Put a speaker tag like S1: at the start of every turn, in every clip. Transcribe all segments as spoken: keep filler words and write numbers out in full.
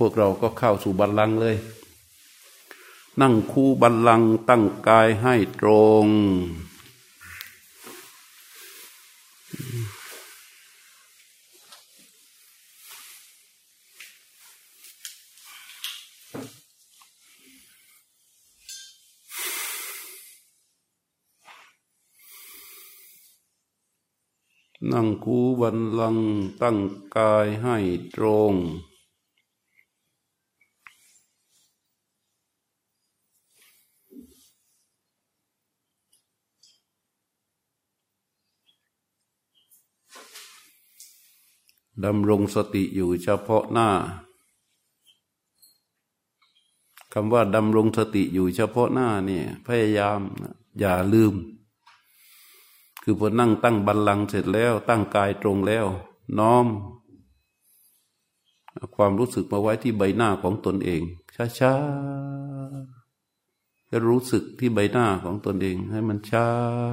S1: วกเราก็เข้าสู่บัลลังก์เลยนั่งคูบัลลังก์ตั้งกายให้ตรงนั่งคูบัลลังก์ตั้งกายให้ตรงดำรงสติอยู่เฉพาะหน้าคำว่าดำรงสติอยู่เฉพาะหน้าเนี่ยพยายามอย่าลืมคือพอนั่งตั้งบัลลังก์เสร็จแล้วตั้งกายตรงแล้วน้อมความรู้สึกมาไว้ที่ใบหน้าของตนเองช้าๆจะรู้สึกที่ใบหน้าของตนเองให้มันช้า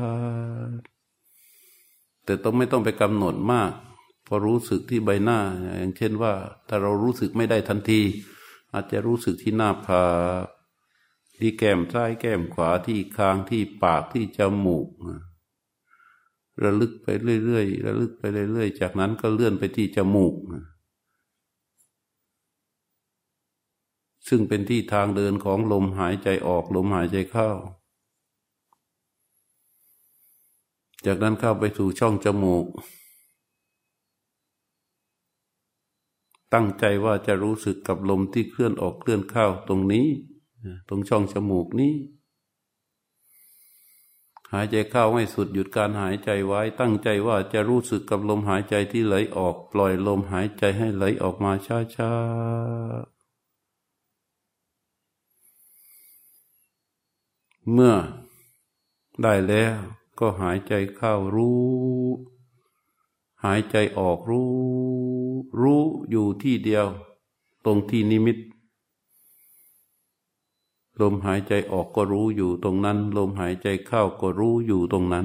S1: แต่ต้องไม่ต้องไปกำหนดมากพอรู้สึกที่ใบหน้าอย่างเช่นว่าถ้าเรารู้สึกไม่ได้ทันทีอาจจะรู้สึกที่หน้าผากที่แก้มซ้ายแก้มขวาที่คางที่ปากที่จมูกระลึกไปเรื่อยๆระลึกไปเรื่อยๆจากนั้นก็เลื่อนไปที่จมูกซึ่งเป็นที่ทางเดินของลมหายใจออกลมหายใจเข้าจากนั้นเข้าไปสู่ช่องจมูกตั้งใจว่าจะรู้สึกกับลมที่เคลื่อนออกเคลื่อนเข้าตรงนี้ตรงช่องจมูกนี้หายใจเข้าให้สุดหยุดการหายใจไว้ตั้งใจว่าจะรู้สึกกับลมหายใจที่ไหลออกปล่อยลมหายใจให้ไหลออกมาช้าๆเมื่อได้แล้วก็หายใจเข้ารู้หายใจออกรู้รู้อยู่ที่เดียวตรงที่นิมิตลมหายใจออกก็รู้อยู่ตรงนั้นลมหายใจเข้าก็รู้อยู่ตรงนั้น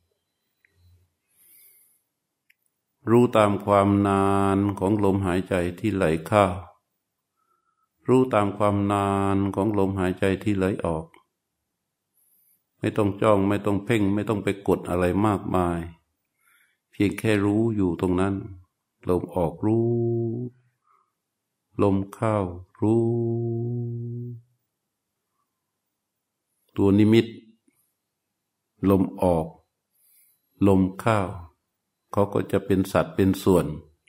S1: รู้ตามความนานของลมหายใจที่ไหลเข้ารู้ตามความนานของลมหายใจที่ไหลออกไม่ต้องจ้องไม่ต้องเพ่งไม่ต้องไปกดอะไรมากมายเพียงแค่รู้อยู่ตรงนั้นลมออกรู้ลมเข้ารู้ตัวนิมิตลมออกลมเข้าเขาก็จะเป็นสัตว์เป็นส่วน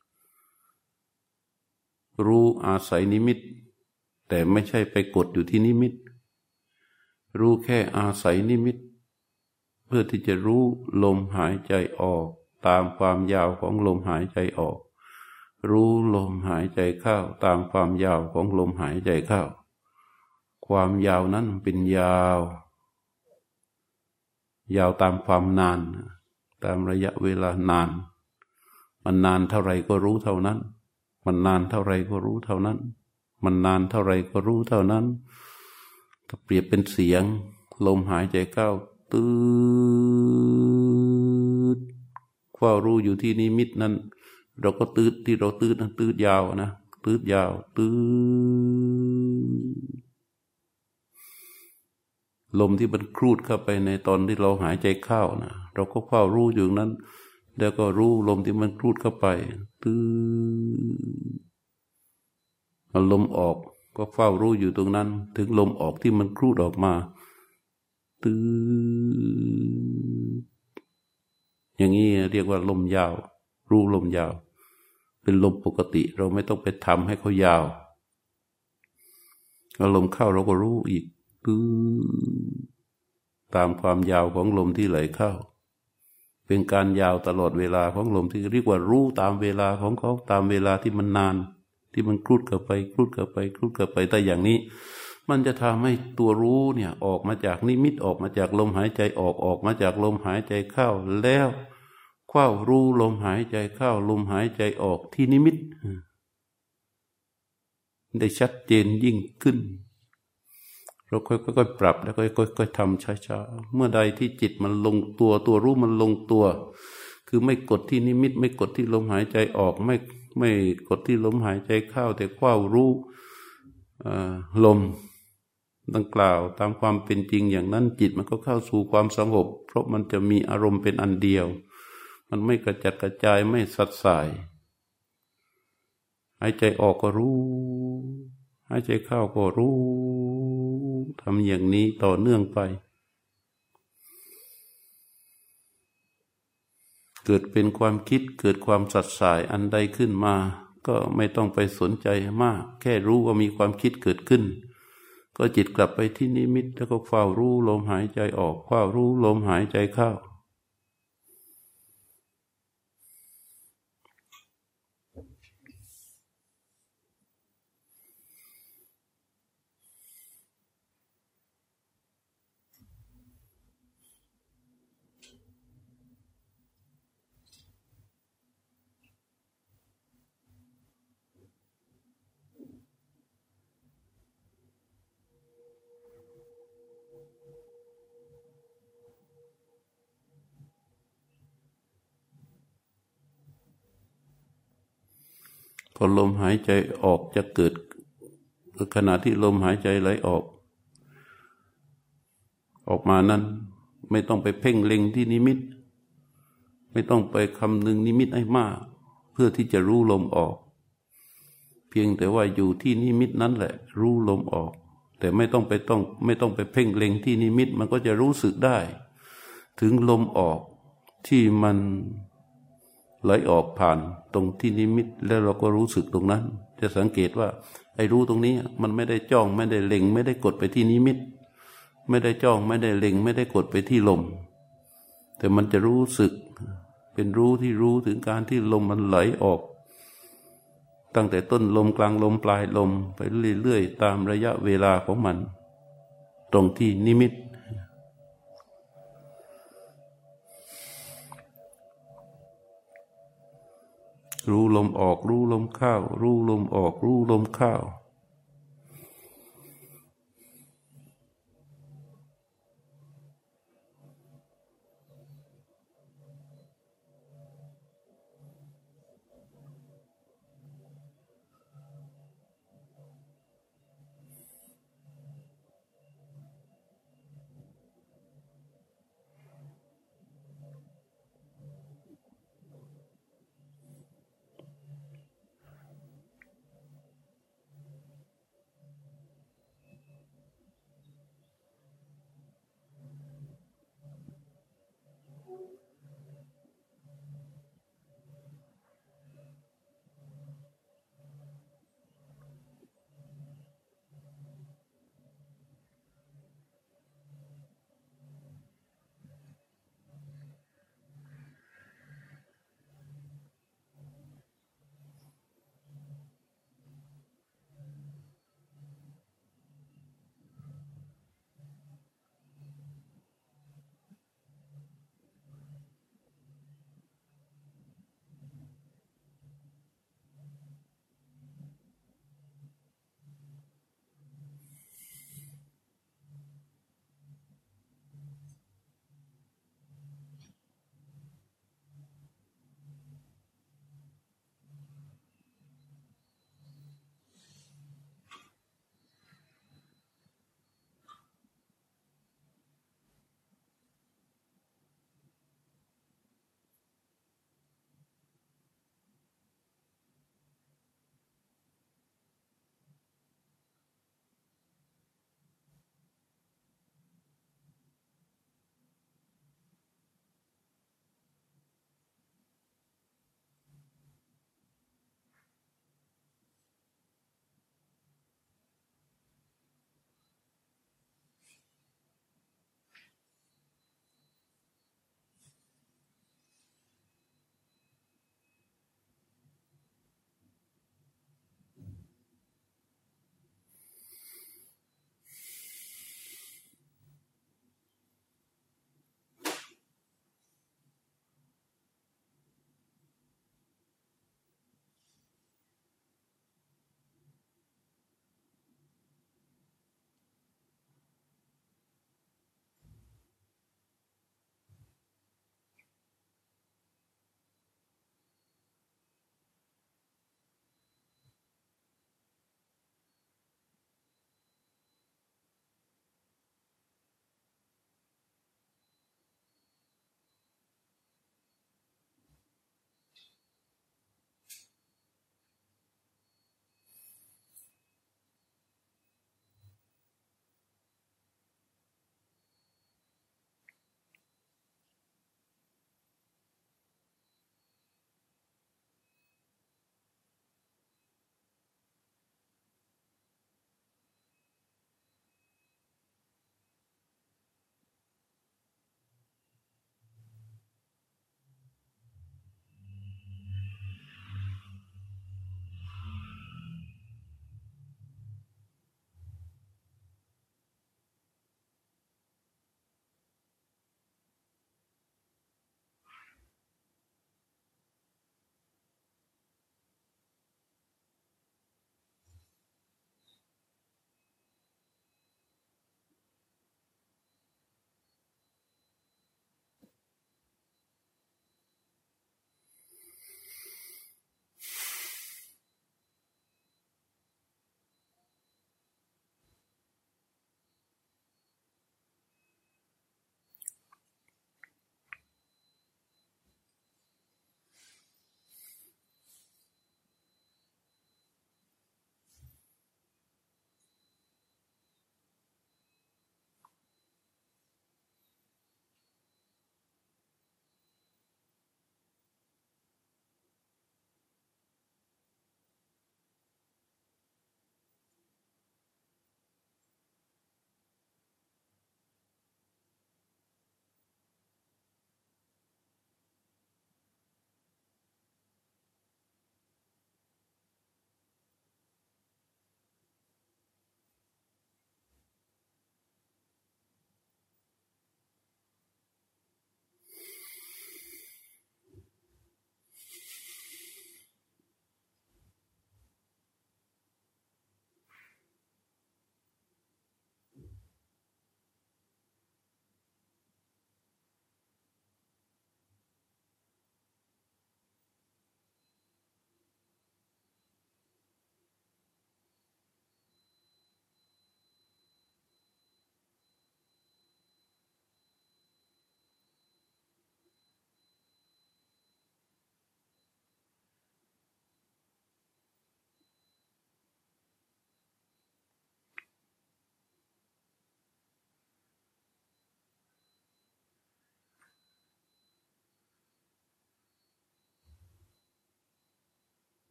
S1: รู้อาศัยนิมิตแต่ไม่ใช่ไปกดอยู่ที่นิมิตรู้แค่อาศัยนิมิตเพื่อที่จะรู้ลมหายใจออกตามความยาวของลมหายใจออกรู้ลมหายใจเข้าตามความยาวของลมหายใจเข้าความยาวนั้นเป็นยาวยาวตามความนานตามระยะเวลานานมันนานเท่าไรก็รู้เท่านั้นมันนานเท่าไรก็รู้เท่านั้นมันนานเท่าไรก็รู้เท่านั้นถ้าเปรียบเป็นเสียงลมหายใจเข้าตืดเฝ้ารู้อยู่ที่นิมิตนั้นเราก็ตืดที่เราตืดนั้นตืดยาวนะตืดยาวตืดลมที่มันครูดเข้าไปในตอนที่เราหายใจเข้านะเราก็เฝ้ารู้อยู่นั้นแล้วก็รู้ลมที่มันครูดเข้าไปตืดลมออกก็เฝ้ารู้อยู่ตรงนั้นถึงลมออกที่มันครูดออกมาตืดอย่างนี้เรียกว่าลมยาวรู้ลมยาวเป็นลมปกติเราไม่ต้องไปทำให้เขายาวเอาลมเข้าเราก็รู้อีกตืดตามความยาวของลมที่ไหลเข้าเป็นการยาวตลอดเวลาของลมที่เรียกว่ารู้ตามเวลาของเขาตามเวลาที่มันนานที่มันคลุดเข้าไปคลุดเข้าไปคลุดเข้าไปแต่อย่างนี้มันจะทำให้ตัวรู้เนี่ยออกมาจากนิมิตออกมาจากลมหายใจออกออกมาจากลมหายใจเข้าแล้วเฝ้ารู้ลมหายใจเข้าลมหายใจออกที่นิมิตได้ชัดเจนยิ่งขึ้นเราค่อยๆปรับแล้วค่อยๆทำช้าๆเมื่อใดที่จิตมันลงตัวตัวรู้มันลงตัวคือไม่กดที่นิมิตไม่กดที่ลมหายใจออกไม่ไม่กดที่ลมหายใจเข้าแต่เฝ้ารู้ลมดังกล่าวตามความเป็นจริงอย่างนั้นจิตมันก็เข้าสู่ความสงบเพราะมันจะมีอารมณ์เป็นอันเดียวมันไม่กระจัดกระจายไม่สัดสายหายใจออกก็รู้หายใจเข้าก็รู้ทำอย่างนี้ต่อเนื่องไปเกิดเป็นความคิดเกิดความสัดสายอันใดขึ้นมาก็ไม่ต้องไปสนใจมากแค่รู้ว่ามีความคิดเกิดขึ้นก็จิตกลับไปที่นิมิตแล้วก็เฝ้ารู้ลมหายใจออกเฝ้ารู้ลมหายใจเข้าพอลมหายใจออกจะเกิดขณะที่ลมหายใจไหลออกออกมานั้นไม่ต้องไปเพ่งเล็งที่นิมิตไม่ต้องไปคำนึงนิมิตให้มากเพื่อที่จะรู้ลมออกเพียงแต่ว่าอยู่ที่นิมิตนั้นแหละรู้ลมออกแต่ไม่ต้องไปต้องไม่ต้องไปเพ่งเล็งที่นิมิตมันก็จะรู้สึกได้ถึงลมออกที่มันไหลออกผ่านตรงที่นิมิตแล้วเราก็รู้สึกตรงนั้นจะสังเกตว่าไอ้รู้ตรงนี้มันไม่ได้จ้องไม่ได้เล็งไม่ได้กดไปที่นิมิตไม่ได้จ้องไม่ได้เล็งไม่ได้กดไปที่ลมแต่มันจะรู้สึกเป็นรู้ที่รู้ถึงการที่ลมมันไหลออกตั้งแต่ต้นลมกลางลมปลายลมไปเรื่อยๆตามระยะเวลาของมันตรงที่นิมิตรู้ลมออกรู้ลมเข้ารู้ลมออกรู้ลมเข้า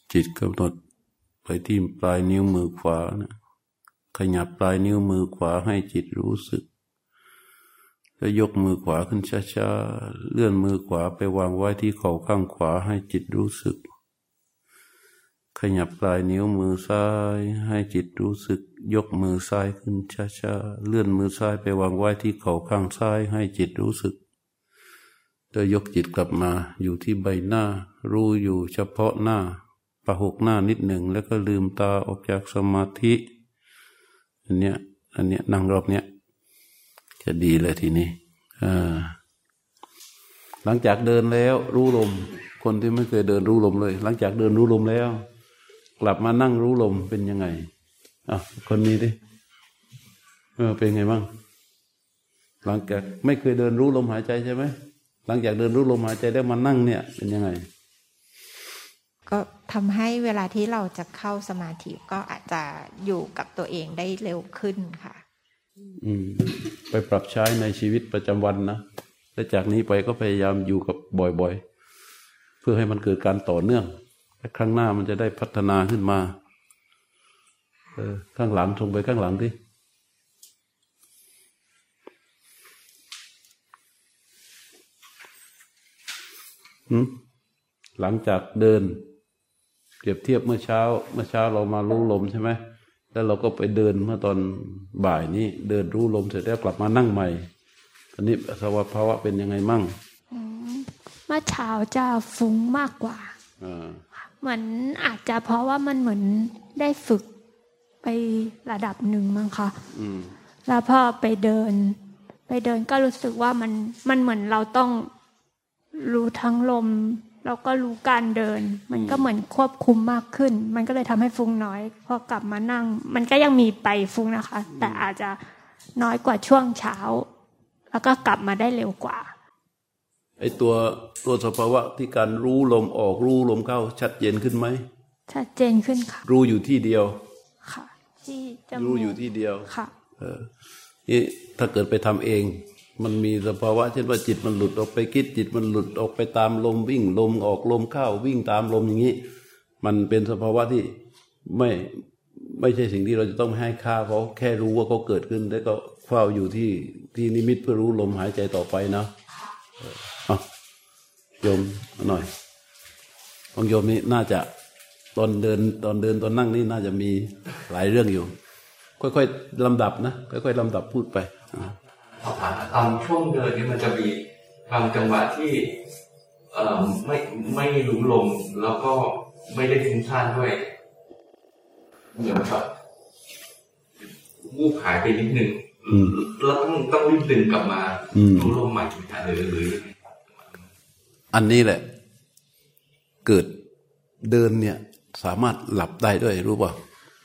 S1: จิตกำหนดไปที่ปลายนิ้วมือขวานะขยับปลายนิ้วมือขวาให้จิตรู้สึกแล้วยกมือขวาขึ้นช้าๆเลื่อนมือขวาไปวางไว้ที่เข่าข้างขวาให้จิตรู้สึกขยับปลายนิ้วมือซ้ายให้จิตรู้สึกยกมือซ้ายขึ้นช้าๆเลื่อนมือซ้ายไปวางไว้ที่เข่าข้างซ้ายให้จิตรู้สึกแล้วยกจิตกลับมาอยู่ที่ใบหน้ารู้อยู่เฉพาะหน้าประหกหน้านิดหนึ่งแล้วก็ลืมตาออกจากสมาธิอันเนี้ยอันเนี้ยนั่งรอบเนี้ยจะดีเลยทีนี้อ่าหลังจากเดินแล้วรู้ลมคนที่ไม่เคยเดินรู้ลมเลยหลังจากเดินรู้ลมแล้วกลับมานั่งรู้ลมเป็นยังไงอ่ะคนนี้ดิเออเป็นไงบ้างหลังจากไม่เคยเดินรู้ลมหายใจใช่ไหมหลังจากเดินรู้ลมหายใจได้มานั่งเนี่ยเป็นยังไง
S2: ก็ทำให้เวลาที่เราจะเข้าสมาธิก็อาจจะอยู่กับตัวเองได้เร็วขึ้นค่ะ
S1: อืมไปปรับใช้ในชีวิตประจำวันนะและจากนี้ไปก็พยายามอยู่กับบ่อยๆเพื่อให้มันเกิดการต่อเนื่องและครั้งหน้ามันจะได้พัฒนาขึ้นมาเออข้างหลังตรงไปข้างหลังดิหืมหลังจากเดินเปรียบเทียบเมื่อเช้าเมื่อเช้าเรามารู้ลมใช่ไหมแล้วเราก็ไปเดินเมื่อตอนบ่ายนี้เดินรู้ลมเสร็จแล้วกลับมานั่งใหม่ตอนนี้สภาวะเป็นยังไงมั่ง
S3: เมื่อเช้าจะฟุ้งมากกว่าเหมือนอาจจะเพราะว่ามันเหมือนได้ฝึกไประดับหนึ่งมั้งคะแล้วพอไปเดินไปเดินก็รู้สึกว่ามันมันเหมือนเราต้องรู้ทั้งลมแล้วก็รู้การเดินมันก็เหมือนควบคุมมากขึ้นมันก็เลยทำให้ฟุ้งน้อยพอกลับมานั่งมันก็ยังมีไปฟุ้งนะคะแต่อาจจะน้อยกว่าช่วงเช้าแล้วก็กลับมาได้เร็วกว่า
S1: ไอ้ตัวตัวสภาวะที่การรู้ลมออกรู้ลมเข้าชัดเจนขึ้นไหม
S3: ชัดเจนขึ้นค่ะ
S1: รู้อยู่ที่เดียว
S3: ค่ะที่จะ
S1: รู้อยู่ที่เดียว
S3: ค่ะ
S1: เออนี่ถ้าเกิดไปทำเองมันมีสภาวะเช่นว่าจิตมันหลุดออกไปคิดจิตมันหลุดออกไปตามลมวิ่งลมออกลมเข้าวิ่งตามลมอย่างนี้มันเป็นสภาวะที่ไม่ไม่ใช่สิ่งที่เราจะต้องให้ค่าเขาแค่รู้ว่าเขาเกิดขึ้นแล้วก็เฝ้าอยู่ที่ที่นิมิตเพื่อรู้ลมหายใจต่อไปนะอ่ะโยมหน่อยของโยมนี่น่าจะตอนเดินตอนเดินตอนนั่งนี่น่าจะมีหลายเรื่องอยู่ค่อยๆลำดับนะค่อยๆลำดับพูดไป
S4: ตอนช่วงเดินนี่มันจะมีบางจังหวะที่เอ่อไม่ไม่รู้ลมแล้วก็ไม่ได้ฟุ้งซ่านด้วยเหมือนแบบวูบหายไปนิดนึงแล้วต้องต้องรีบดึงกลับมารู้ลมใหม่หรือหรือ
S1: อันนี้แหละเกิดเดินเนี่ยสามารถหลับได้ด้วยรู้ป่ะ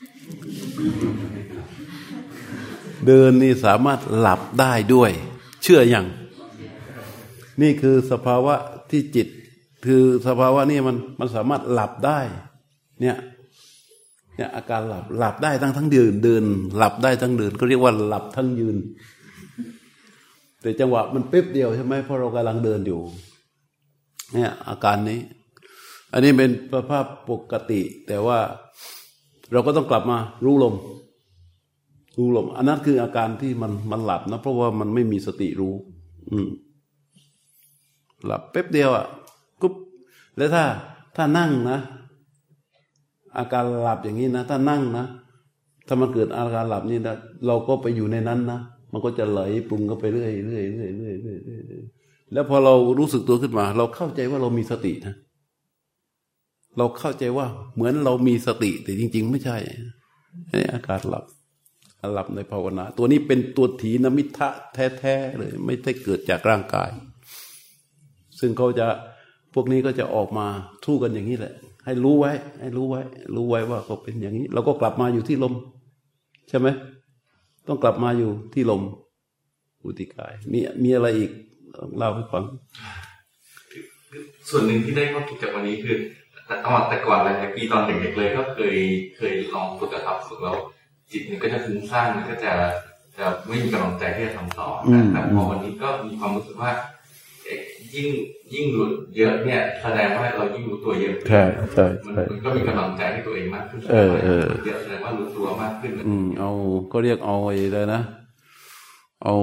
S1: เดินนี่สามารถหลับได้ด้วยเชื่อยังนี่คือสภาวะที่จิตคือสภาวะนี่มันมันสามารถหลับได้เนี่ยเนี่ยอาการหลับหลับได้ทั้งทั้งเดินเดินหลับได้ทั้งเดินก็เรียกว่าหลับทั้งยืนแต่จังหวะมันแป๊บเดียวใช่ไหมเพราะเรากำลังเดินอยู่เนี่ยอาการนี้อันนี้เป็นสภาพปกติแต่ว่าเราก็ต้องกลับมารู้ลมรู้ลมอันนั้นคืออาการที่มันมันหลับนะเพราะว่ามันไม่มีสติรู้อืมหลับแป๊บเดียวอ่ะกุ๊บแล้วถ้าถ้านั่งนะอาการหลับอย่างนี้นะถ้านั่งนะถ้ามันเกิดอาการหลับนี่นะเราก็ไปอยู่ในนั้นนะมันก็จะไหลปรุงก็ไปเรื่อยเรื่อยเรื่อยเรื่อยเรื่อยแล้วพอเรารู้สึกตัวขึ้นมาเราเข้าใจว่าเรามีสตินะเราเข้าใจว่าเหมือนเรามีสติแต่จริงๆไม่ใช่นี่อาการหลับหลับในภาวนาตัวนี้เป็นตัวถีนมิทะแท้ๆเลยไม่ได้เกิดจากร่างกายซึ่งเขาจะพวกนี้ก็จะออกมาสู้กันอย่างนี้แหละให้รู้ไว้ให้รู้ไว้รู้ไว้ว่าเขาเป็นอย่างนี้เราก็กลับมาอยู่ที่ลมใช่ไหมต้องกลับมาอยู่ที่ลมอุติกายมีมีอะไรอีกเล่าให้ฟัง
S4: ส่วนหนึ่งที่ได้ข้อคิดจากวันนี้คือแต่ตอนแต่ก่อนหลายปีตอนเด็กๆเลยก็เคยเคยลองฝึกกับฝึกแล้วจิตมันก็จะฟุ้งซ่านมันก็จะจะไม่มีกำลังใจที่จะทำต่อแต่พอวันนี้ก็มีความรู้สึกว่ายิ่งยิ่งหลุดเยอะเนี่ยแสดงว่าเรายิ่งรู้ตัวเยอะ
S1: ใช่ใช่
S4: มันก็มีกำลังใจให้ตัวเองมากขึ้น
S1: เออเออ
S4: เยอะแสดงว่ารู้ตัวมากขึ้น
S1: อืมเอาก็เรียกเอาไอ้เลยนะเอา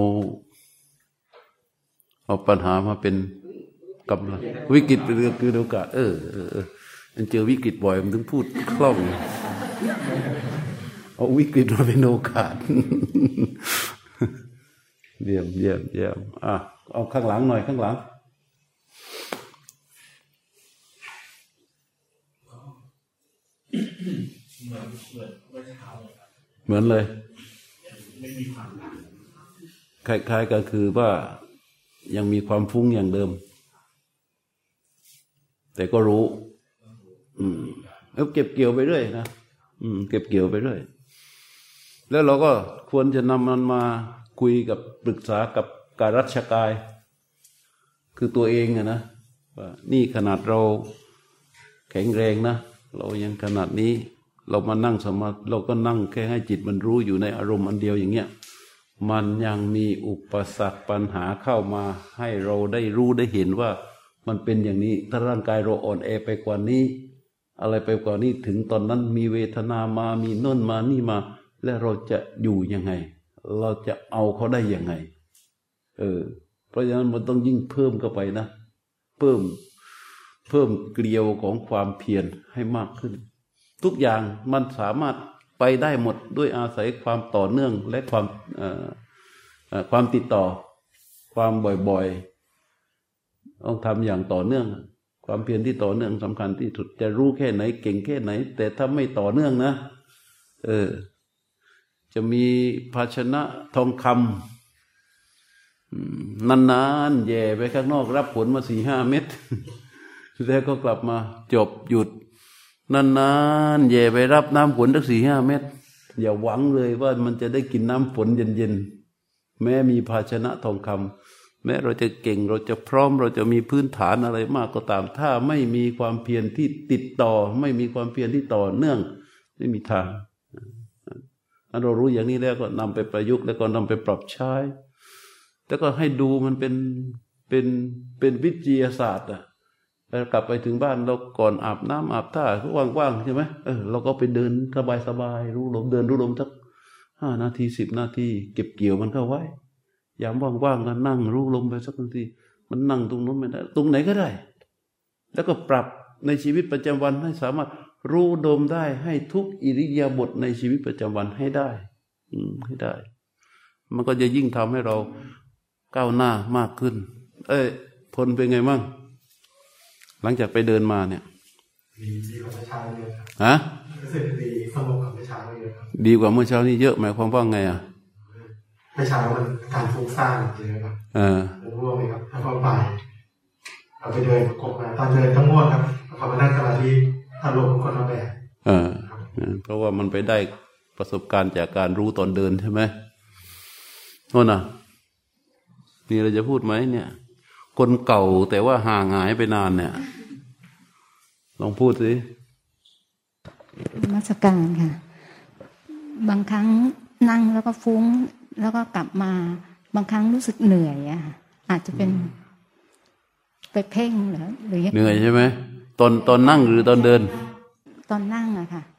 S1: เอาปัญหามาเป็นกำลังวิกฤตเป็นคือโอกาสเออเออเออมันเจอวิกฤตบ่อยมันถึงพูดคล่องเอาวิกฤตมาเป็นโอกาสเยี่ยมเยี่ยมเยี่ยมอ่ะเอาข้างหลังหน่อยข้างหลังเหมือนเลยคล้ายๆก็คือว่ายังมีความฟุ้งอย่างเดิมแต่ก็รู้อืมแล้วเก็บเกี่ยวไปเรื่อยนะอืมเก็บเกี่ยวไปเรื่อยแล้วเราก็ควรจะนำมันมาคุยกับปรึกษากับกายรัชกายคือตัวเองอะนะว่านี่ขนาดเราแข็งแรงนะเรายังขนาดนี้เรามานั่งสมาธิเราก็นั่งแค่ให้จิตมันรู้อยู่ในอารมณ์อันเดียวอย่างเงี้ยมันยังมีอุปสรรคปัญหาเข้ามาให้เราได้รู้ได้เห็นว่ามันเป็นอย่างนี้ถ้าร่างกายเราอ่อนแอไปกว่านี้อะไรไปกว่านี้ถึงตอนนั้นมีเวทนามามีโน่นมานี่มาและเราจะอยู่ยังไงเราจะเอาเขาได้ยังไงเออเพราะฉะนั้นมันต้องยิ่งเพิ่มเข้าไปนะเพิ่มเพิ่มเกลียวของความเพียรให้มากขึ้นทุกอย่างมันสามารถไปได้หมดด้วยอาศัยความต่อเนื่องและความเอ่อเอ่อความติดต่อความบ่อยๆต้องทำอย่างต่อเนื่องความเพียรที่ต่อเนื่องสำคัญที่สุดจะรู้แค่ไหนเก่งแค่ไหนแต่ถ้าไม่ต่อเนื่องนะเออจะมีภาชนะทองคำนานๆแย่ไปข้างนอกรับผลมาสี่ห้าเม็ดแล้วก็กลับมาจบหยุดนานๆแย่ไปรับน้ำฝนตั้งสี่ห้าเม็ดอย่าหวังเลยว่ามันจะได้กินน้ำฝนเย็นๆแม้มีภาชนะทองคำแม้เราจะเก่งเราจะพร้อมเราจะมีพื้นฐานอะไรมากก็ตามถ้าไม่มีความเพียรที่ติดต่อไม่มีความเพียรที่ต่อเนื่องไม่มีทางเรารู้อย่างนี้แล้วก็นำไปประยุกต์แล้วก็นำไปปรับใช้แล้วก็ให้ดูมันเป็นเป็นเป็นวิทยาศาสตร์อ่ะแล้วกลับไปถึงบ้านเราก่อนอาบน้ำอาบท่าว่างๆใช่ไหมเออเราก็ไปเดินสบายๆรู้ลมเดินรู้ลมสักห้านาทีสิบนาทีเก็บเกี่ยวมันเข้าไว้ยามว่างๆก็นั่งรู้ลมไปสักนาทีมันนั่งตรงนู้นไม่ได้ตรงไหนก็ได้แล้วก็ปรับในชีวิตประจำวันให้สามารถรู้ลมได้ให้ทุกอิริยาบถในชีวิตประจำวันให้ได้อืมให้ได้มันก็จะยิ่งทำให้เราก้าวหน้ามากขึ้นเอ้ยพลเป็นไงมั่งหลังจากไปเดินมาเนี่ย
S5: ดีดีกว่าเมื่อเช้าเยอะครับ
S1: ฮะ
S5: รู้สึกดีสงบกว่าเมื่อเช้าเยอะครับ
S1: ดีกว่าเมื่อเช้านี่เยอะหมายความว่าไงอ่ะ
S5: เมื่อเช้ามันการฟุ้งซ่านเยอะครับ
S1: เออ
S5: ง่วงไหมครับแล้วก็บ่ายเอาไปเดินกบมาตอนเดินต้องง่วงครับพอมานั่งสมาธิอารมณ์คนละแบบ
S1: เออเพราะว่ามันไปได้ประสบการณ์จากการรู้ตอนเดินใช่ไหมโน่นน่ะนี่เราจะพูดไหมเนี่ยคนเก่าแต่ว่าห่างหายไปนานเนี่ยลองพูดสิ
S6: นมัสการค่ะบางครั้งนั่งแล้วก็ฟุ้งแล้วก็กลับมาบางครั้งรู้สึกเหนื่อยอะอาจจะเป็นไปเพ่งหรือหรือ
S1: เหนื่อยใช่ไหมตอนตอนนั่งหรือตอนเดิน
S6: ตอนนั่งอะค่ะ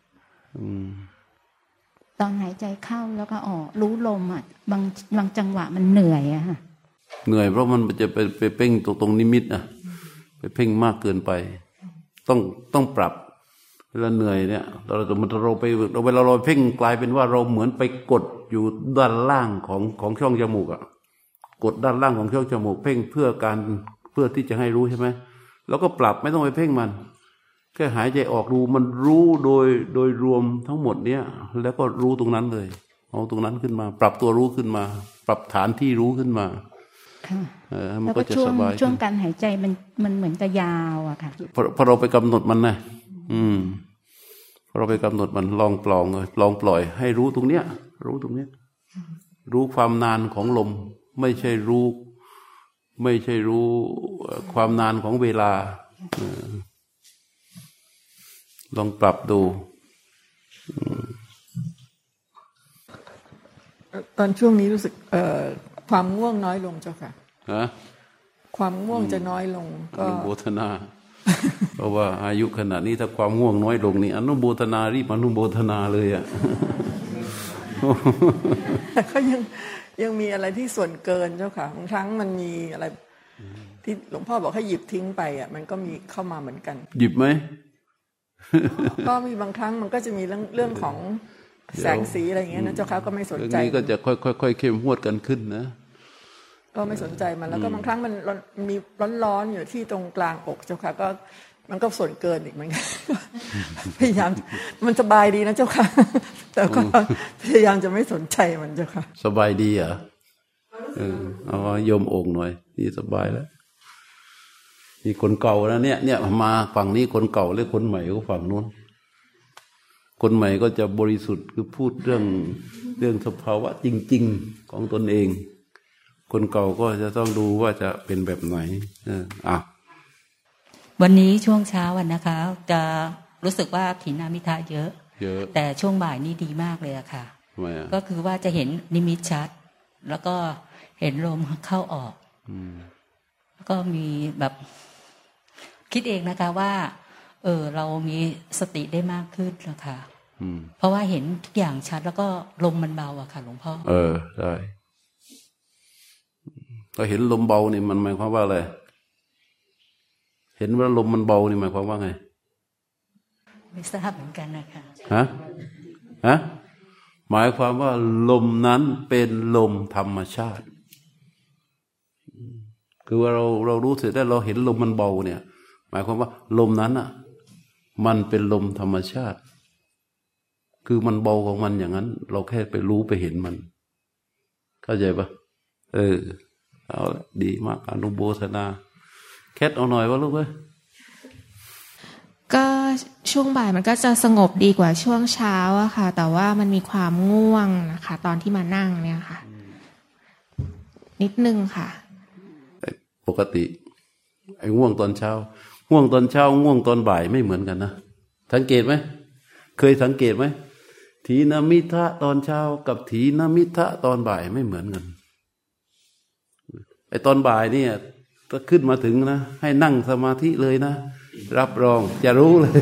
S6: ตอนหายใจเข้าแล้วก็ออกรู้ลมอะบางบางจังหวะมันเหนื่อยอะค่ะ
S1: เหนื่อยเพราะมันจะไปไปเพ่งตรงตรงนิมิตอะไปเพ่งมากเกินไปต้องต้องปรับเวลาเหนื่อยเนี่ยเราจะมันเราไปเราเวลาเราเพ่งกลายเป็นว่าเราเหมือนไปกดอยู่ด้านล่างของของช่องจมูกอะกดด้านล่างของช่องจมูกเพ่งเพื่อการเพื่อที่จะให้รู้ใช่ไหมแล้วก็ปรับไม่ต้องไปเพ่งมันแค่หายใจออกรู้มันรู้โดยโดยรวมทั้งหมดเนี้ยแล้วก็รู้ตรงนั้นเลยเอาตรงนั้นขึ้นมาปรับตัวรู้ขึ้นมาปรับฐานที่รู้ขึ้นมา
S6: เออมันก็จะสบายช่วงการหายใจมันมันเหมือนจะยาวอะค่ะ
S1: พอพอเราไปกำหนดมันนะอืมพอเราไปกำหนดมันลองปล่องเลยลองปล่อยให้รู้ตรงเนี้ยรู้ตรงเนี้ยรู้ความนานของลมไม่ใช่รู้ไม่ใช่รู้ความนานของเวลาลองปรับดู
S7: ตอนช่วงนี้รู้สึกเอ่อความง่วงน้อยลงเจ้าค่ะ
S1: ฮะ
S7: ความง่วงจะน้อยลงก็
S1: อนุโมทนา เพราะว่าอายุขนาดนี้ถ้าความง่วงน้อยลงนี่อนุโมทนารีบอนุโมทนาเลยอ่ะ
S7: แต่ก็ยังยังมีอะไรที่ส่วนเกินเจ้าค่ะบางครั้งมันมีอะไรที่หลวงพ่อบอกให้หยิบทิ้งไปอ่ะมันก็มีเข้ามาเหมือนกัน
S1: หยิบไหม
S7: ก็มีบางครั้งมันก็จะมีเรื่องเรื่องของแสงสีอะไรอย่างเงี้ยนะเจ้าค่ะก็ไม่สนใจ
S1: เรื่องนี้ก็จะค่อยๆเข้มงวดกันขึ้นนะ
S7: ก็ไม่สนใจมันแล้วก็บางครั้งมันมีร้อนๆอยู่ที่ตรงกลางอกเจ้าค่ะก็มันก็ส่วนเกินอีกเหมือนกันพยายามมันสบายดีนะเจ้าค่ะแต่ก็พยายามจะไม่สนใจมันเจ้าค่ะ
S1: สบายดีเหรอเออเอาโยมโอ่งหน่อยนี่สบายแล้วนี่คนเก่าแล้วเนี่ยเนี่ยมาฝั่งนี้คนเก่าและคนใหม่ก็ฝั่งนู้นคนใหม่ก็จะบริสุทธิ์คือพูดเรื่องเรื่องสภาวะจริงๆของตนเองคนเก่าก็จะต้องดูว่าจะเป็นแบบไหนเอออ่ะ
S6: วันนี้ช่วงเช้าวันนะคะจะรู้สึกว่าถีนามิทะเยอะ
S1: เยอะ
S6: แต่ช่วงบ่ายนี่ดีมากเลยอะค่ะ
S1: ทำไมอะ
S6: ก็คือว่าจะเห็นนิมิตชัดแล้วก็เห็นลมเข้าออกแล้วก็มีแบบคิดเองนะคะว่าเออเรามีสติได้มากขึ้นนะคะเพราะว่าเห็นทุกอย่างชัดแล้วก็ลมมันเบาอะค่ะหลวงพ่อ
S1: เออได้ก็เห็นลมเบานี่มันหมายความว่าอะไรเห็นว่าลมมันเบานี่หมายความว่าไง
S6: ไม่ทราบเหมือนกันนะคะ
S1: ฮะฮะหมายความว่าลมนั้นเป็นลมธรรมชาติคือว่าเราเรารู้สึกได้เราเห็นลมมันเบาเนี่ยหมายความว่าลมนั้นอ่ะมันเป็นลมธรรมชาติคือมันเบาของมันอย่างนั้นเราแค่ไปรู้ไปเห็นมันเข้าใจปะเออเอาละดีมากอนุโมทนาแคทเอาหน่อยวะลูกเอ้ย
S2: ก็ช่วงบ่ายมันก็จะสงบดีกว่าช่วงเช้าอะค่ะแต่ว่ามันมีความง่วงนะคะตอนที่มานั่งเนี่ยค่ะนิดนึงค่ะ
S1: ปกติไอ้ง่วงตอนเช้าง่วงตอนเช้าง่วงตอนบ่ายไม่เหมือนกันนะสังเกตไหมเคยสังเกตไหมถีนมิทะตอนเช้ากับถีนมิทะตอนบ่ายไม่เหมือนกันไอ้ตอนบ่ายเนี่ยถ้าขึ้นมาถึงนะให้นั่งสมาธิเลยนะรับรองจะรู้เลย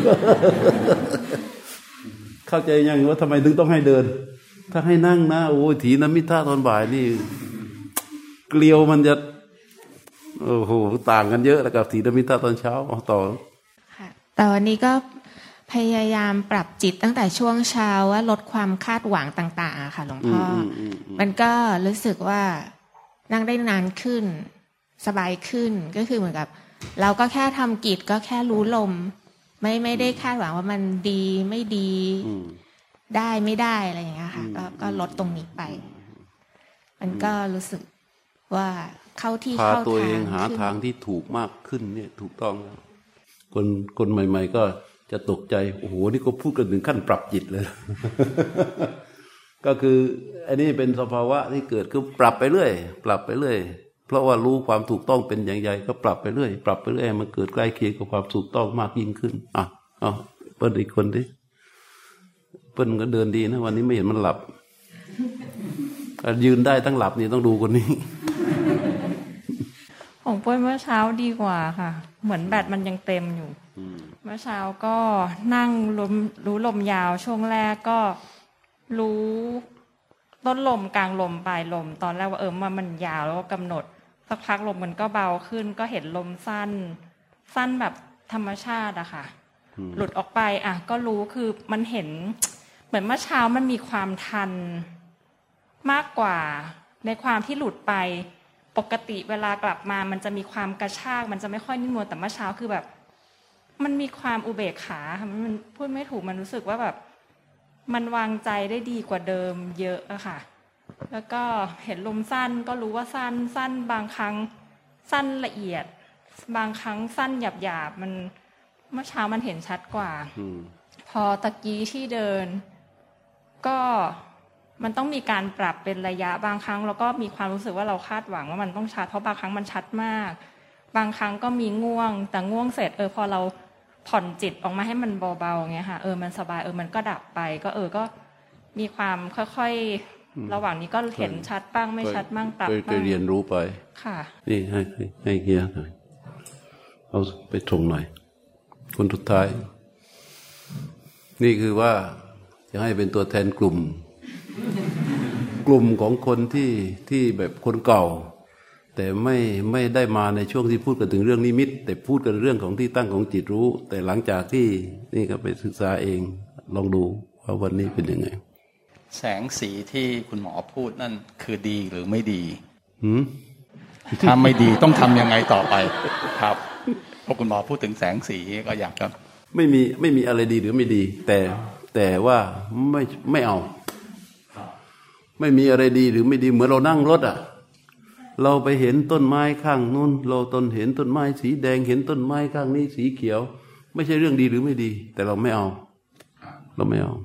S1: เข้าใจยังว่าทำไมถึงต้องให้เดินถ้าให้นั่งนะโอ้ยถีนมิทะตอนบ่ายนี่เกลียวมันจะโอ้โหต่างกันเยอะแล้วกับถีนมิทะตอนเช้าเอาต่อ
S2: ค่ะแต่วันนี้ก็พยายามปรับจิตตั้งแต่ช่วงเช้าว่าลดความคาดหวังต่างๆค่ะหลวงพ่อมันก็รู้สึกว่านั่งได้นานขึ้นสบายขึ้นก็คือเหมือนกับเราก็แค่ทำกิจก็แค่รู้ลมไม่ไม่ได้คาดหวังว่ามันดีไม่ดีได้ไม่ได้อะไรอย่างเงี้ยค่ะก็ก็ลดตรงนี้ไปมันก็รู้สึกว่าเข้าที่เข้าทางพา
S1: ตัวเองหาทางที่ถูกมากขึ้นเนี่ยถูกต้องแล้วคนคนใหม่ๆก็จะตกใจโอ้โหนี่ก็พูดกันถึงขั้นปรับจิตเลย ก็คืออันนี้เป็นสภาวะที่เกิดคือปรับไปเรื่อยปรับไปเรื่อยเพราะว่ารู้ความถูกต้องเป็นอย่างไรก็ปรับไปเรื่อยปรับไปเรื่อยมันเกิดใกล้เคียงกับความถูกต้องมากยิ่งขึ้นอ่ะเอาเปิ้ลอีกคนดิเปิ้ลก็เดินดีนะวันนี้ไม่เห็นมันหลับยืนได้ตั้งหลับนี่ต้องดูคนนี้
S8: ของเปิ้ลเมื่อเช้าดีกว่าค่ะเหมือนแบตมันยังเต็มอยู่เมื่อเช้าก็นั่งลมรู้ลมยาวช่วงแรกก็รู้ต้นลมกลางลมปลายลมตอนแรกว่าเออมันมันยาวแล้วก็กำหนดสักพักลมมันก็เบาขึ้นก็เห็นลมสั้นสั้นแบบธรรมชาติอะค่ะหลุดออกไปอ่ะก็รู้คือมันเห็นเหมือนเมื่อเช้ามันมีความทันมากกว่าในความที่หลุดไปปกติเวลากลับมามันจะมีความกระชากมันจะไม่ค่อยนิ่มนวลแต่เมื่อเช้าคือแบบมันมีความอุเบกขาค่ะมันพูดไม่ถูกมันรู้สึกว่าแบบมันวางใจได้ดีกว่าเดิมเยอะอะค่ะแล้วก็เห็นลมสั้นก็รู้ว่าสั้นสั้นบางครั้งสั้นละเอียดบางครั้งสั้นหยาบหยาบมันเมื่อเช้ามันเห็นชัดกว่าพอตะกี้ที่เดินก็มันต้องมีการปรับเป็นระยะบางครั้งแล้วก็มีความรู้สึกว่าเราคาดหวังว่ามันต้องชัดเพราะบางครั้งมันชัดมากบางครั้งก็มีง่วงแต่ง่วงเสร็จเออพอเราผ่อนจิตออกมาให้มันเบาๆเงี้ยค่ะเออมันสบายเออมันก็ดับไปก็เออก็มีความค่อยระหว่างนี้ก็เห็นชัดบ้างไม่ชัดบ้างปรับบ้าง
S1: เคยเรียนรู้ไป
S8: ค่ะ
S1: นี่ให้ให้ให้เฮียหน่อยเอาไปตรงหน่อยคนสุดท้ายนี่คือว่าจะให้เป็นตัวแทนกลุ่มกลุ่มของคนที่ที่แบบคนเก่าแต่ไม่ไม่ได้มาในช่วงที่พูดกันถึงเรื่องนิมิตแต่พูดกันเรื่องของที่ตั้งของจิตรู้แต่หลังจากที่นี่ก็ไปศึกษาเองลองดูว่าวันนี้เป็นยังไง
S9: แสงสีที่คุณหมอพูดนั่นคือดีหรือไม่ดี
S1: หืม
S9: ถ้าไม่ดีต้องทำยังไงต่อไปครับพอคุณหมอพูดถึงแสงสีก็อยากครับ
S1: ไม่มีไม่มีอะไรดีหรือไม่ดีแต่แต่ว่าไม่ไม่เอาไม่มีอะไรดีหรือไม่ดีเหมือนเรานั่งรถอ่ะเราไปเห็นต้นไม้ข้างนู้นเราต้นเห็นต้นไม้สีแดงเห็นต้นไม้ข้างนี้สีเขียวไม่ใช่เรื่องดีหรือไม่ดีแต่เราไม่เอาเราไม่เอา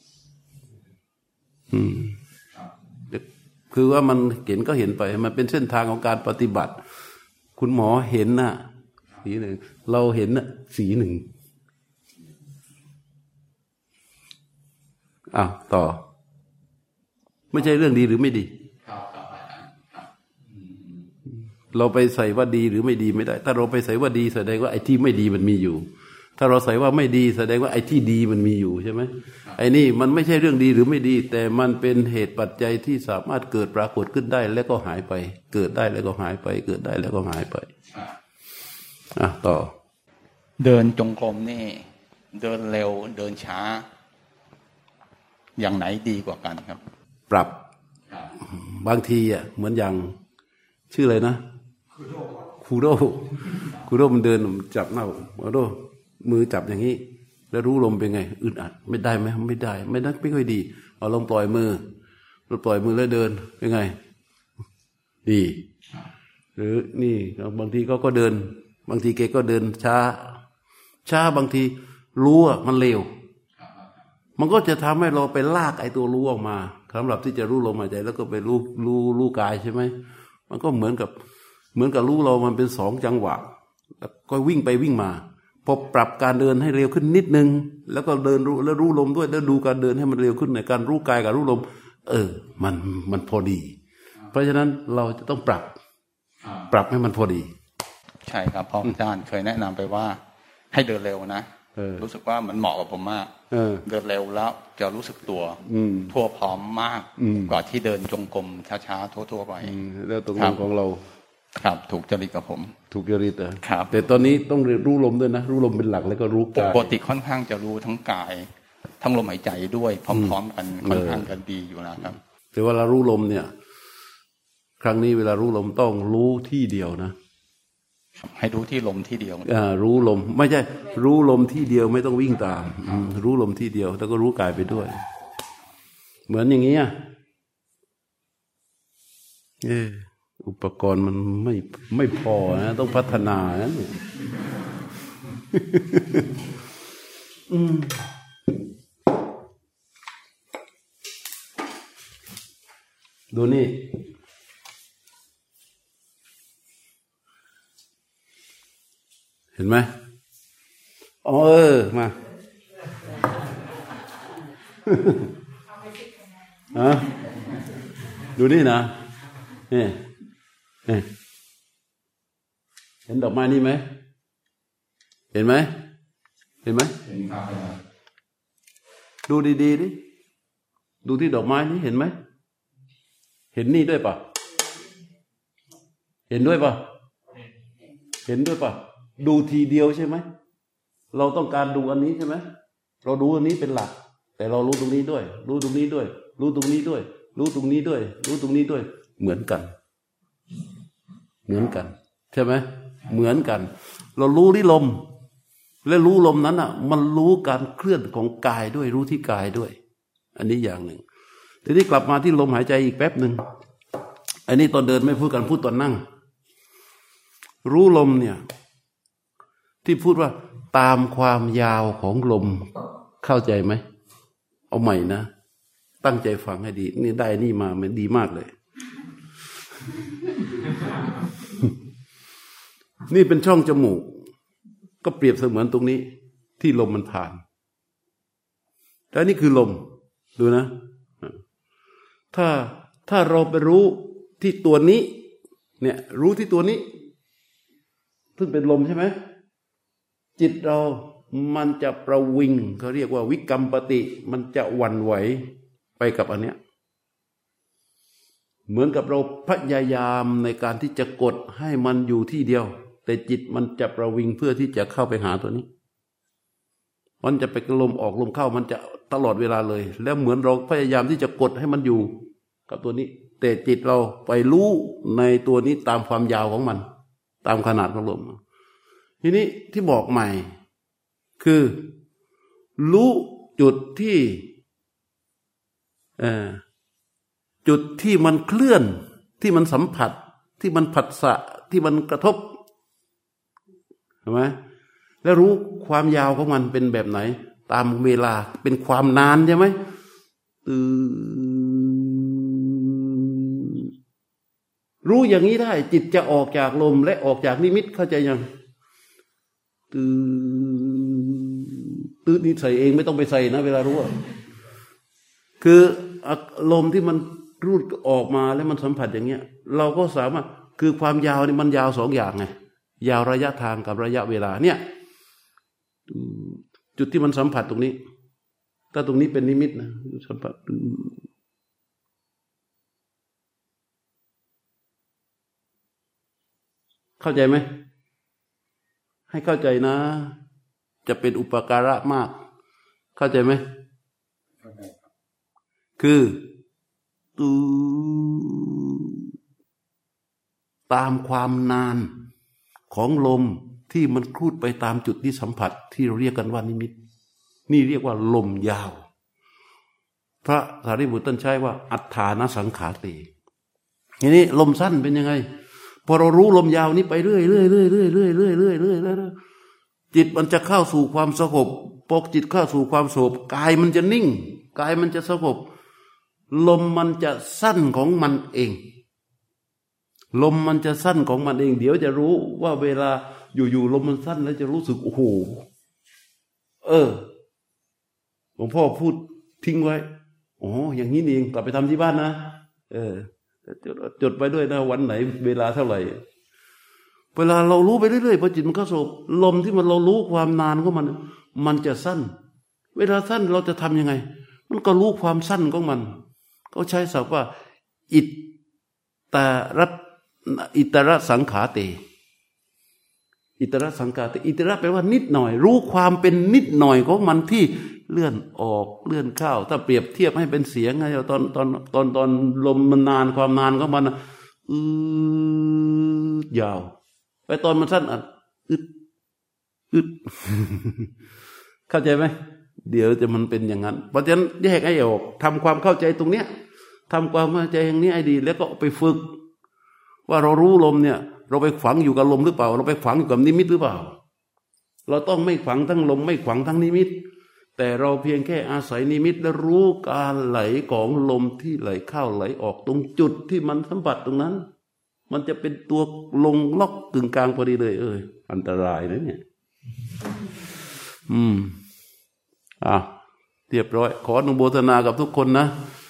S1: อืมคือว่ามันเห็นก็เห็นไปมันเป็นเส้นทางของการปฏิบัติคุณหมอเห็นน่ะสีหนึ่งเราเห็นน่ะสีหนึ่งอ้าวต่อไม่ใช่เรื่องดีหรือไม่ดีเราไปใส่ว่าดีหรือไม่ดีไม่ได้ถ้าเราไปใส่ว่าดีแสดงว่าไอ้ที่ไม่ดีมันมีอยู่ถ้าเราใส่ว่าไม่ดีแสดงว่าไอ้ที่ดีมันมีอยู่ใช่ไหมไอ้นี่มันไม่ใช่เรื่องดีหรือไม่ดีแต่มันเป็นเหตุปัจจัยที่สามารถเกิดปรากฏขึ้นได้แล้วก็หายไปเกิดได้แล้วก็หายไปเกิดได้แล้วก็หายไปอ่ะต่อ
S9: เดินจงกรมนี่เดินเร็วเดินช้าอย่างไหนดีกว่ากันครับ
S1: ปรับบางทีอ่ะเหมือนอย่างชื่ออะไรนะคูโดคูโดมันเดินจับเน่าคูโดมือจับอย่างนี้แล้วรู้ลมเป็นไงอึดอัดไม่ได้ไหมไม่ได้ไม่ได้ไม่ค่อยดีเอาลงปล่อยมือเราปล่อยมือแล้วเดินเป็นไงดีหรือนี่บางทีเขาก็เดินบางทีแกก็เดินช้าช้าบางทีรู้อ่ะมันเร็วมันก็จะทำให้เราไปลากไอ้ตัวรู้ออกมาสำหรับที่จะรู้ลมหายใจแล้วก็ไปรู้รู้รู้กายใช่ไหมมันก็เหมือนกับเหมือนกับรู้เรามันเป็นสองจังหวะแล้วก็วิ่งไปวิ่งมาพอปรับการเดินให้เร็วขึ้นนิดนึงแล้วก็เดินรู้แล้วรู้ลมด้วยแล้วดูการเดินให้มันเร็วขึ้นในการรู้กายกับรู้ลมเออมันมันพอดีเพราะฉะนั้นเราจะต้องปรับปรับให้มันพอดี
S9: ใช่ครับพ่ออาจารย์เคยแนะนำไปว่าให้เดินเร็วนะรู้สึกว่ามันเหมาะกับผมมากเดินเร็วแล้วจะรู้สึกตัวทั่วพร้อมมากกว่าที่เดินจงกรมช้าๆทั่วๆไป
S1: แล้วตรงของเรา
S9: ครับถูกจริตกับผม
S1: ถูกจริตเหรอครับแต่ตอนนี้ต้องรู้ลมด้วยนะรู้ลมเป็นหลักแล้วก็รู้กาย
S9: ปกติค่อนข้างจะรู้ทั้งกายทั้งลมหายใจด้วยพร้อมๆกันค่อนข้างกันดีอยู่นะครับ
S1: แต่ว่าเรารู้ลมเนี่ยครั้งนี้เวลารู้ลมต้องรู้ที่เดียวนะ
S9: ให้รู้ที่ลมที่เดียว
S1: อ่ารู้ลมไม่ใช่รู้ลมที่เดียวไม่ต้องวิ่งตามรู้ลมที่เดียวแล้วก็รู้กายไปด้วยเหมือนอย่างนี้อ่ะเอออุปกรณ์มันไม่ไม่พอนะต้องพัฒนานะเนี่ยอืมดูนี่เห็นไหมอ๋อเออมาอะดูนี่นะนี่นี่เห็นดอกไม้นี่ไหมเห็นไหมเห็นไหมเห็นครับดูดีๆดิดูที่ดอกไม้นี่เห็นไหมเห็นนี่ด้วยป่ะเห็นด้วยป่ะเห็นด้วยป่ะดูทีเดียวใช่ไหมเราต้องการดูอันนี้ใช่ไหมเราดูอันนี้เป็นหลักแต่เรารู้ตรงนี้ด้วยรู้ตรงนี้ด้วยรู้ตรงนี้ด้วยรู้ตรงนี้ด้วยรู้ตรงนี้ด้วยเหมือนกันเหมือนกันใช่ไหมเหมือนกันเรารู้ที่ลมและรู้ลมนั้นอ่ะมันรู้การเคลื่อนของกายด้วยรู้ที่กายด้วยอันนี้อย่างหนึ่งทีนี้กลับมาที่ลมหายใจอีกแป๊บหนึ่งอันนี้ตอนเดินไม่พูดกันพูดตอนนั่งรู้ลมเนี่ยที่พูดว่าตามความยาวของลมเข้าใจไหมเอาใหม่นะตั้งใจฟังให้ดีนี่ได้นี่มามันดีมากเลยนี่เป็นช่องจมูกก็เปรียบเสมือนตรงนี้ที่ลมมันผ่านแล้วนี่คือลมดูนะถ้าถ้าเราไปรู้ที่ตัวนี้เนี่ยรู้ที่ตัวนี้ซึ่งเป็นลมใช่ไหมจิตเรามันจะประวิงเขาเรียกว่าวิกัมปติมันจะหวั่นไหวไปกับอันเนี้ยเหมือนกับเราพยายามในการที่จะกดให้มันอยู่ที่เดียวแต่จิตมันจะประวิงเพื่อที่จะเข้าไปหาตัวนี้มันจะไปลมออกลมเข้ามันจะตลอดเวลาเลยแล้วเหมือนเราพยายามที่จะกดให้มันอยู่กับตัวนี้แต่จิตเราไปรู้ในตัวนี้ตามความยาวของมันตามขนาดของลมทีนี้ที่บอกใหม่คือรู้จุดที่เอ่อจุดที่มันเคลื่อนที่มันสัมผัสที่มันผัสสะที่มันกระทบเห็นไหมแล้วรู้ความยาวของมันเป็นแบบไหนตามเวลาเป็นความนานใช่ไหมรู้อย่างนี้ได้จิตจะออกจากลมและออกจากนิมิตเข้าใจยังตื่นตื่นนี่ใส่เองไม่ต้องไปใส่นะเวลารู้คือลมที่มันรูดออกมาแล้วมันสัมผัสอย่างเงี้ยเราก็สามารถคือความยาวนี่มันยาวสองอย่างไงยาวระยะทางกับระยะเวลาเนี่ยจุดที่มันสัมผัสตรงนี้ถ้าตรงนี้เป็นนิมิตนะสัมผัสเข้าใจไหมให้เข้าใจนะจะเป็นอุปการะมากเข้าใจไหมคือตูตามความนานของลมที่มันคลูดไปตามจุดที่สัมผัสที่เราเรียกกันว่านิมิตนี่เรียกว่าลมยาวพระสารีบุตรท่านใช้ว่าอัฏฐานสังขาติทีนี้ลมสั้นเป็นยังไงพอเรารู้ลมยาวนี้ไปเรื่อยเรื่อยเรื่อยเรื่อยเรื่อยเรื่อยเรื่อยเรื่อยแล้วจิตมันจะเข้าสู่ความสงบปกจิตเข้าสู่ความสงบกายมันจะนิ่งกายมันจะสงบลมมันจะสั้นของมันเองลมมันจะสั้นของมันเองเดี๋ยวจะรู้ว่าเวลาอยู่ๆลมมันสั้นแล้วจะรู้สึกโอ้โหเออหลวงพ่อพูดทิ้งไว้อ๋ออย่างนี้เองกลับไปทำที่บ้านนะเออจดจดไปด้วยนะวันไหนเวลาเท่าไหร่เวลาเรารู้ไปเรื่อยๆพอจิตมันเข้าสู่ลมที่มันเรารู้ความนานของมันมันจะสั้นเวลาสั้นเราจะทำยังไงมันก็รู้ความสั้นของมันเขาใช้ศัพท์ว่าอิตตรัตอิตระสังขาเตอิตระสังขาเตอิตระแปลว่านิดหน่อยรู้ความเป็นนิดหน่อยของมันที่เลื่อนออกเลื่อนเข้าถ้าเปรียบเทียบให้เป็นเสียงไงตอนตอนตอนตอนลมมันนานความนานของมันอืดยาวไปตอนมันสั้นอ่ะอึดอึด เข้าใจไหมเดี๋ยวจะมันเป็นอย่างนั้นเพราะฉะนั้นแยกให้ออกทำความเข้าใจตรงเนี้ยทำความเข้าใจอย่างนี้ให้ดีแล้วก็ไปฝึกว่าเรารู้ลมเนี่ยเราไปฝังอยู่กับลมหรือเปล่าเราไปฝังอยู่กับนิมิตหรือเปล่าเราต้องไม่ฝังทั้งลมไม่ฝังทั้งนิมิตแต่เราเพียงแค่อาศัยนิมิตและรู้การไหลของลมที่ไหลเข้าไหลออกตรงจุดที่มันสัมผัสตรงนั้นมันจะเป็นตัวลงล็อกกึ่งกลางพอดีเลยเอ้ยอันตรายนะเนี่ยอืมอ่ะเรียบร้อยขออนุโมทนากับทุกคนนะ